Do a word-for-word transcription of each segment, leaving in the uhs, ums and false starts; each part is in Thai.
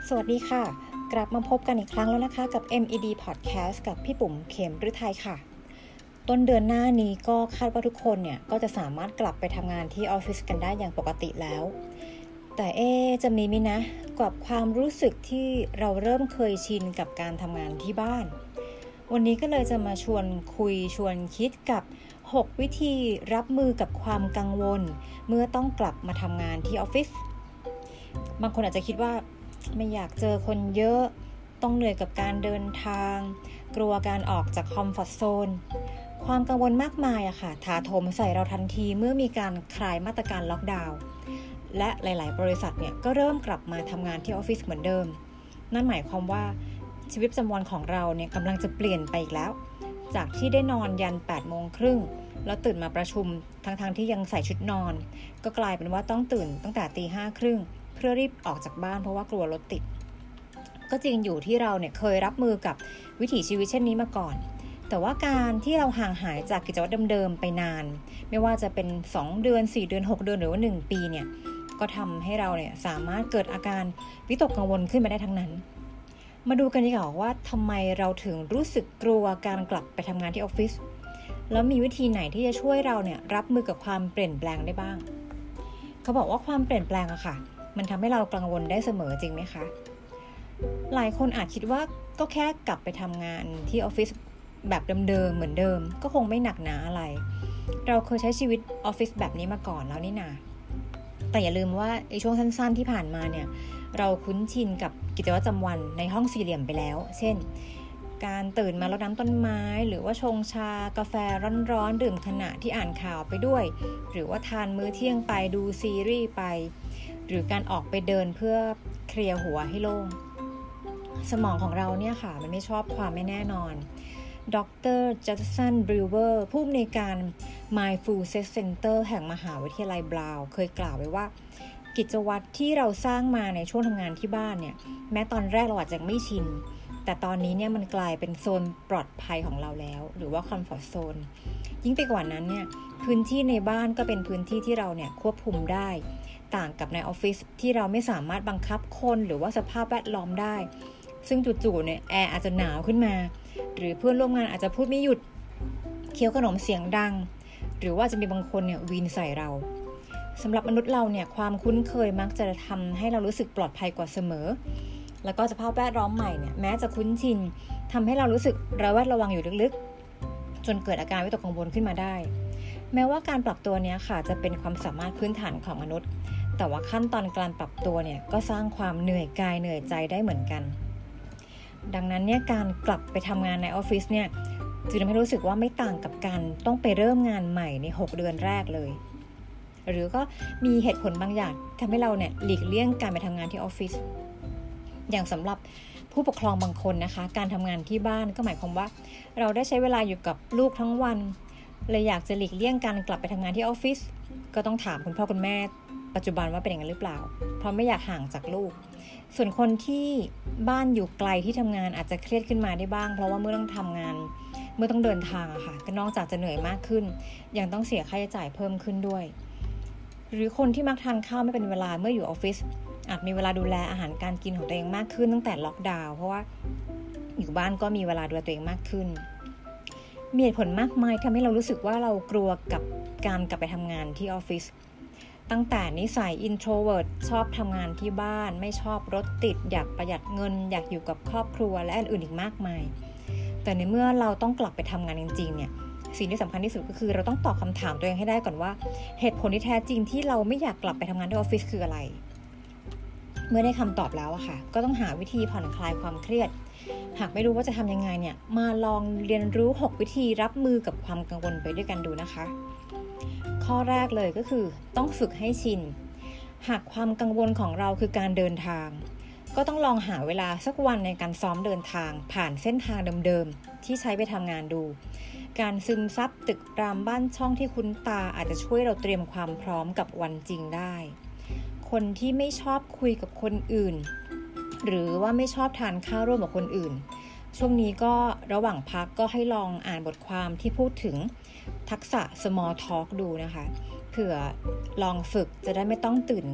สวัสดีค่ะกลับมาพบกันอีกครั้งแล้วนะคะกับ เอ็ม อี ดี Podcast กับพี่ปุ๋มเข็มฤทัยค่ะต้นเดือนหน้านี้ก็คาดว่าทุกคนเนี่ยก็จะสามารถกลับไปทำงานที่ออฟฟิศกันได้อย่างปกติแล้วแต่เอ๊จะมีมั้ยนะกับความรู้สึกที่เราเริ่มเคยชินกับการทำงานที่บ้านวันนี้ก็เลยจะมาชวนคุยชวนคิดกับหกวิธีรับมือกับความกังวลเมื่อต้องกลับมาทำงานที่ออฟฟิศบางคนอาจจะคิดว่าไม่อยากเจอคนเยอะต้องเหนื่อยกับการเดินทางกลัวการออกจากคอมฟอร์ตโซนความกังวลมากมายอะค่ะถาโถมใส่เราทันทีเมื่อมีการคลายมาตรการล็อกดาวน์และหลายๆบริษัทเนี่ยก็เริ่มกลับมาทำงานที่ออฟฟิศเหมือนเดิมนั่นหมายความว่าชีวิตประจำวันของเราเนี่ยกำลังจะเปลี่ยนไปอีกแล้วจากที่ได้นอนยัน แปดโมงครึ่งแล้วตื่นมาประชุมทั้งๆที่ยังใส่ชุดนอนก็กลายเป็นว่าต้องตื่นตั้งแต่ตีห้าครึ่งเพื่อรีบออกจากบ้านเพราะว่ากลัวรถติดก็จริงอยู่ที่เราเนี่ยเคยรับมือกับวิถีชีวิตเช่นนี้มาก่อนแต่ว่าการที่เราห่างหายจากกิจวัตรเดิมๆไปนานไม่ว่าจะเป็นสองเดือนสี่เดือนหกเดือนหรือว่าหนึ่งปีเนี่ยก็ทำให้เราเนี่ยสามารถเกิดอาการวิตกกังวลขึ้นมาได้ทั้งนั้นมาดูกันดีกว่าว่าทำไมเราถึงรู้สึกกลัวการกลับไปทำงานที่ออฟฟิศแล้วมีวิธีไหนที่จะช่วยเราเนี่ยรับมือกับความเปลี่ยนแปลงได้บ้างเขาบอกว่าความเปลี่ยนแปลงอะค่ะมันทำให้เรากังวลได้เสมอจริงไหมคะหลายคนอาจคิดว่าก็แค่กลับไปทำงานที่ออฟฟิศแบบเดิมๆเหมือนเดิมก็คงไม่หนักหนาอะไรเราเคยใช้ชีวิตออฟฟิศแบบนี้มาก่อนแล้วนี่นาแต่อย่าลืมว่าในช่วงสั้นๆที่ผ่านมาเนี่ยเราคุ้นชินกับกิจวัตรประจำวันในห้องสี่เหลี่ยมไปแล้วเช่นการตื่นมารดน้ำต้นไม้หรือว่าชงชากาแฟร้อนๆดื่มขณะที่อ่านข่าวไปด้วยหรือว่าทานมื้อเที่ยงไปดูซีรีส์ไปหรือการออกไปเดินเพื่อเคลียร์หัวให้โล่งสมองของเราเนี่ยค่ะมันไม่ชอบความไม่แน่นอนดร. จัสสัน บริวเวอร์ผู้อำนวยการ Mindfulness Center แห่งมหาวิทยาลัยบราวน์เคยกล่าวไว้ว่ากิจวัตรที่เราสร้างมาในช่วงทำงานที่บ้านเนี่ยแม้ตอนแรกเราอาจจะไม่ชินแต่ตอนนี้เนี่ยมันกลายเป็นโซนปลอดภัยของเราแล้วหรือว่าคอมฟอร์ตโซนยิ่งไปกว่านั้นเนี่ยพื้นที่ในบ้านก็เป็นพื้นที่ที่เราเนี่ยควบคุมได้ต่างกับในออฟฟิศที่เราไม่สามารถบังคับคนหรือว่าสภาพแวดล้อมได้ซึ่งจู่ๆเนี่ยแอร์อาจจะหนาวขึ้นมาหรือเพื่อนร่วมงานอาจจะพูดไม่หยุดเคี้ยวขนมเสียงดังหรือว่าจะมีบางคนเนี่ยวีนใส่เราสำหรับมนุษย์เราเนี่ยความคุ้นเคยมักจะทำให้เรารู้สึกปลอดภัยกว่าเสมอแล้วก็สภาพแวดล้อมใหม่เนี่ยแม้จะคุ้นชินทำให้เรารู้สึกระแวดระวังอยู่ลึกๆจนเกิดอาการวิตกกังวลขึ้นมาได้แม้ว่าการปรับตัวเนี้ยค่ะจะเป็นความสามารถพื้นฐานของมนุษย์แต่ว่าขั้นตอนการปรับตัวเนี่ยก็สร้างความเหนื่อยกายเหนื่อยใจได้เหมือนกันดังนั้นเนี่ยการกลับไปทำงานในออฟฟิศเนี่ยจึงทำให้รู้สึกว่าไม่ต่างกับการต้องไปเริ่มงานใหม่ในหกเดือนแรกเลยหรือก็มีเหตุผลบางอย่างทำให้เราเนี่ยหลีกเลี่ยงการไปทำงานที่ออฟฟิศอย่างสำหรับผู้ปกครองบางคนนะคะการทำงานที่บ้านก็หมายความว่าเราได้ใช้เวลาอยู่กับลูกทั้งวันเลยอยากจะหลีกเลี่ยงการกลับไปทำงานที่ออฟฟิศก็ต้องถามคุณพ่อคุณแม่ปัจจุบันว่าเป็นอย่างนั้นหรือเปล่าเพราะไม่อยากห่างจากลูกส่วนคนที่บ้านอยู่ไกลที่ทำงานอาจจะเครียดขึ้นมาได้บ้างเพราะว่าเมื่อต้องทำงานเมื่อต้องเดินทางอะค่ะก็นอกจากจะเหนื่อยมากขึ้นยังต้องเสียค่าใช้จ่ายเพิ่มขึ้นด้วยหรือคนที่มักทานข้าวไม่เป็นเวลาเมื่ออยู่ออฟฟิศอาจมีเวลาดูแลอาหารการกินของตัวเองมากขึ้นตั้งแต่ล็อกดาวน์เพราะว่าอยู่บ้านก็มีเวลาดูแลตัวเองมากขึ้นมีเหตุผลมากมายทำให้เรารู้สึกว่าเรากลัวกับการกลับไปทำงานที่ออฟฟิศตั้งแต่นิสัย introvert ชอบทำงานที่บ้านไม่ชอบรถติดอยากประหยัดเงินอยากอยู่กับครอบครัวและอื่นๆอีกมากมายแต่ในเมื่อเราต้องกลับไปทำงานจริงๆเนี่ยสิ่งที่สำคัญที่สุดก็คือเราต้องตอบคำถามตัวเองให้ได้ก่อนว่าเหตุผลที่แท้จริงที่เราไม่อยากกลับไปทำงานที่ออฟฟิศคืออะไรเมื่อได้คำตอบแล้วอะค่ะก็ต้องหาวิธีผ่อนคลายความเครียดหากไม่รู้ว่าจะทำยังไงเนี่ยมาลองเรียนรู้หกวิธีรับมือกับความกังวลไปด้วยกันดูนะคะข้อแรกเลยก็คือต้องฝึกให้ชินหากความกังวลของเราคือการเดินทางก็ต้องลองหาเวลาสักวันในการซ้อมเดินทางผ่านเส้นทางเดิมๆที่ใช้ไปทำงานดูการซึมซับตึกรามบ้านช่องที่คุ้นตาอาจจะช่วยเราเตรียมความพร้อมกับวันจริงได้คนที่ไม่ชอบคุยกับคนอื่นหรือว่าไม่ชอบทานข้าวร่วมกับคนอื่นช่วงนี้ก็ระหว่างพักก็ให้ลองอ่านบทความที่พูดถึงทักษะ small talk ดูนะคะเผื่อลองฝึกจะได้ไม่ต้องตื่น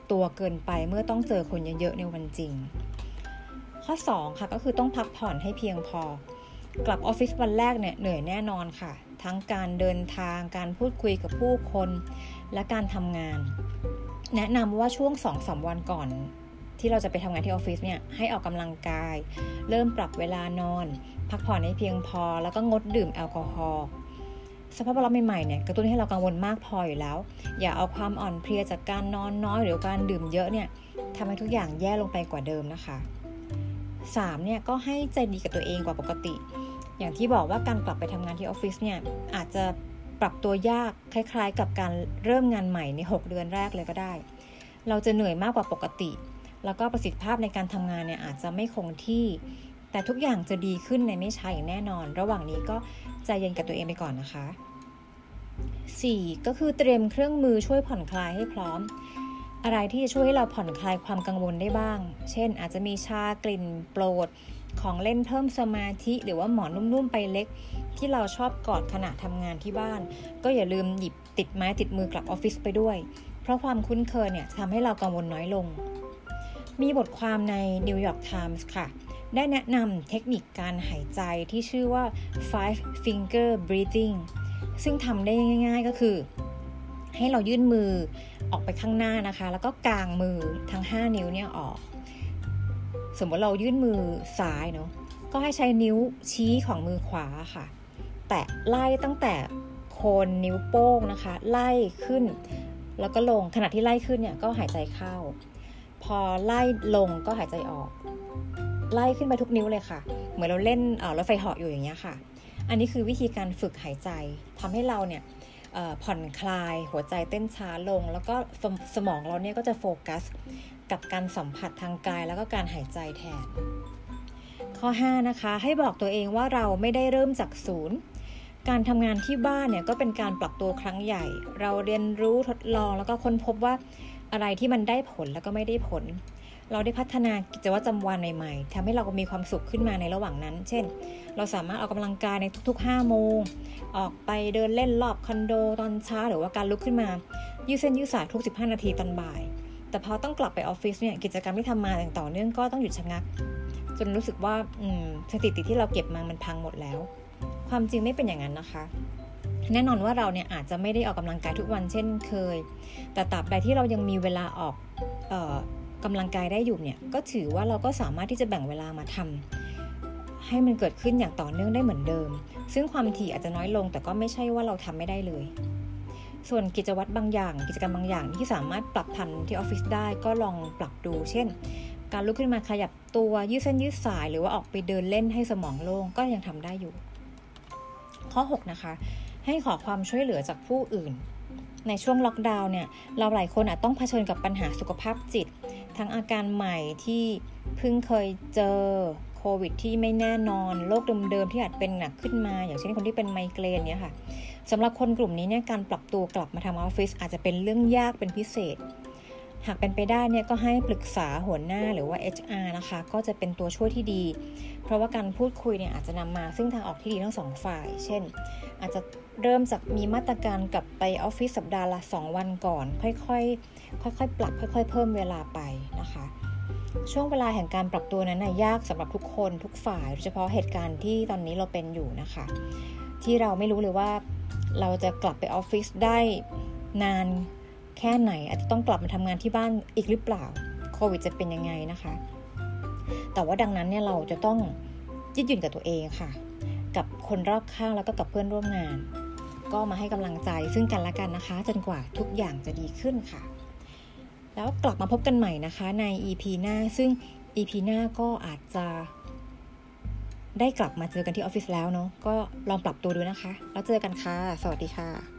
ตัวเกินไปเมื่อต้องเจอคนเยอะๆในวันจริงข้อสองค่ะก็คือต้องพักผ่อนให้เพียงพอกลับออฟฟิศวันแรกเนี่ยเหนื่อยแน่นอนค่ะทั้งการเดินทางการพูดคุยกับผู้คนและการทำงานแนะนำว่าช่วง สองถึงสาม วันก่อนที่เราจะไปทำงานที่ออฟฟิศเนี่ยให้ออกกำลังกายเริ่มปรับเวลานอนพักผ่อนให้เพียงพอแล้วก็งดดื่มแอลกอฮอล์สภาพแวดล้อมใหม่ๆเนี่ยกระตุ้นให้เรากังวลมากพออยู่แล้วอย่าเอาความอ่อนเพลียจากการนอนน้อยหรือการดื่มเยอะเนี่ยทำให้ทุกอย่างแย่ลงไปกว่าเดิมนะคะสามเนี่ยก็ให้ใจดีกับตัวเองกว่าปกติอย่างที่บอกว่าการกลับไปทำงานที่ออฟฟิศเนี่ยอาจจะปรับตัวยากคล้ายๆกับการเริ่มงานใหม่ในหกเดือนแรกเลยก็ได้เราจะเหนื่อยมากกว่าปกติแล้วก็ประสิทธิภาพในการทำงานเนี่ยอาจจะไม่คงที่แต่ทุกอย่างจะดีขึ้นในไม่ช้าอย่างแน่นอนระหว่างนี้ก็ใจเย็นกับตัวเองไปก่อนนะคะสี่ก็คือเตรียมเครื่องมือช่วยผ่อนคลายให้พร้อมอะไรที่จะช่วยให้เราผ่อนคลายความกังวลได้บ้างเช่นอาจจะมีชากลิ่นโปรดของเล่นเพิ่มสมาธิหรือว่าหมอนนุ่มๆใบเล็กที่เราชอบกอดขณะทำงานที่บ้านก็อย่าลืมหยิบติดไม้ติดมือกลับออฟฟิศไปด้วยเพราะความคุ้นเคยเนี่ยทำให้เรากังวลน้อยลงมีบทความใน New York Times ค่ะได้แนะนำเทคนิคการหายใจที่ชื่อว่า five finger breathing ซึ่งทำได้ง่ายๆก็คือให้เรายื่นมือออกไปข้างหน้านะคะแล้วก็กางมือทั้งห้านิ้วเนี่ยออกสมมติเรายื่นมือซ้ายเนาะก็ให้ใช้นิ้วชี้ของมือขวาค่ะแตะไล่ตั้งแต่โคนนิ้วโป้งนะคะไล่ขึ้นแล้วก็ลงขณะที่ไล่ขึ้นเนี่ยก็หายใจเข้าพอไล่ลงก็หายใจออกไล่ขึ้นไปทุกนิ้วเลยค่ะเหมือนเราเล่นรถไฟเหาะอยู่อย่างเงี้ยค่ะอันนี้คือวิธีการฝึกหายใจทำให้เราเนี่ยผ่อนคลายหัวใจเต้นช้าลงแล้วก็ส, สมองเราเนี่ยก็จะโฟกัสกับการสัมผัสทางกายแล้วก็การหายใจแทนข้อห้านะคะให้บอกตัวเองว่าเราไม่ได้เริ่มจากศูนย์การทำงานที่บ้านเนี่ยก็เป็นการปรับตัวครั้งใหญ่เราเรียนรู้ทดลองแล้วก็ค้นพบว่าอะไรที่มันได้ผลแล้วก็ไม่ได้ผลเราได้พัฒนากิจวัตรประจำวันใหม่ๆทำให้เรามีความสุขขึ้นมาในระหว่างนั้นเช่นเราสามารถออกกำลังกายในทุกๆห้าโมงออกไปเดินเล่นรอบคอนโดตอนเช้าหรือว่าการลุกขึ้นมายืดเส้นยืดสายทุกสิบห้านาทีตอนบ่ายแต่พอต้องกลับไปออฟฟิศเนี่ยกิจกรรมที่ทำมาอย่างต่อเนื่องก็ต้องหยุดชะงักจนรู้สึกว่าสถิติที่เราเก็บมามันพังหมดแล้วความจริงไม่เป็นอย่างนั้นนะคะแน่นอนว่าเราเนี่ยอาจจะไม่ได้ออกกำลังกายทุกวันเช่นเคยแต่ตราบใดที่เรายังมีเวลาออกเอ่อกำลังกายได้อยู่เนี่ยก็ถือว่าเราก็สามารถที่จะแบ่งเวลามาทำให้มันเกิดขึ้นอย่างต่อเนื่องได้เหมือนเดิมซึ่งความถี่อาจจะน้อยลงแต่ก็ไม่ใช่ว่าเราทำไม่ได้เลยส่วนกิจวัตรบางอย่างกิจกรรมบางอย่างที่สามารถปรับทันที่ออฟฟิศได้ก็ลองปรับดูเช่นการลุกขึ้นมาขยับตัวยืดเส้นยืดสายหรือว่าออกไปเดินเล่นให้สมองโล่งก็ยังทำได้อยู่ข้อหกนะคะให้ขอความช่วยเหลือจากผู้อื่นในช่วงล็อกดาวน์เนี่ยเราหลายคนอาจต้องเผชิญกับปัญหาสุขภาพจิตทั้งอาการใหม่ที่เพิ่งเคยเจอโควิดที่ไม่แน่นอนโรคเดิมๆที่อาจเป็นหนักขึ้นมาอย่างเช่นคนที่เป็นไมเกรนเนี่ยค่ะสำหรับคนกลุ่มนี้เนี่ยการปรับตัวกลับมาทำออฟฟิศอาจจะเป็นเรื่องยากเป็นพิเศษหากเป็นไปได้เนี่ยก็ให้ปรึกษาหัวหน้าหรือว่า เอช อาร์ นะคะก็จะเป็นตัวช่วยที่ดีเพราะว่าการพูดคุยเนี่ยอาจจะนำมาซึ่งทางออกที่ดีทั้งสองฝ่ายเช่นอาจจะเริ่มจากมีมาตรการกลับไปออฟฟิศสัปดาห์ละสองวันก่อนค่อยๆค่อยๆปรับค่อยๆเพิ่มเวลาไปนะคะช่วงเวลาแห่งการปรับตัวนั้นน่ะยากสำหรับทุกคนทุกฝ่ายโดยเฉพาะเหตุการณ์ที่ตอนนี้เราเป็นอยู่นะคะที่เราไม่รู้เลยว่าเราจะกลับไปออฟฟิศได้นานแค่ไหนอาจจะต้องกลับมาทำงานที่บ้านอีกหรือเปล่าโควิดจะเป็นยังไงนะคะแต่ว่าดังนั้นเนี่ยเราจะต้องยืดหยุ่นกับตัวเองค่ะกับคนรอบข้างแล้วก็กับเพื่อนร่วมงานก็มาให้กำลังใจซึ่งกันและกันนะคะจนกว่าทุกอย่างจะดีขึ้นค่ะแล้วกลับมาพบกันใหม่นะคะใน อี พี หน้าซึ่ง อี พี หน้าก็อาจจะได้กลับมาเจอกันที่ออฟฟิศแล้วเนาะก็ลองปรับตัวดูนะคะแล้วเจอกันค่ะสวัสดีค่ะ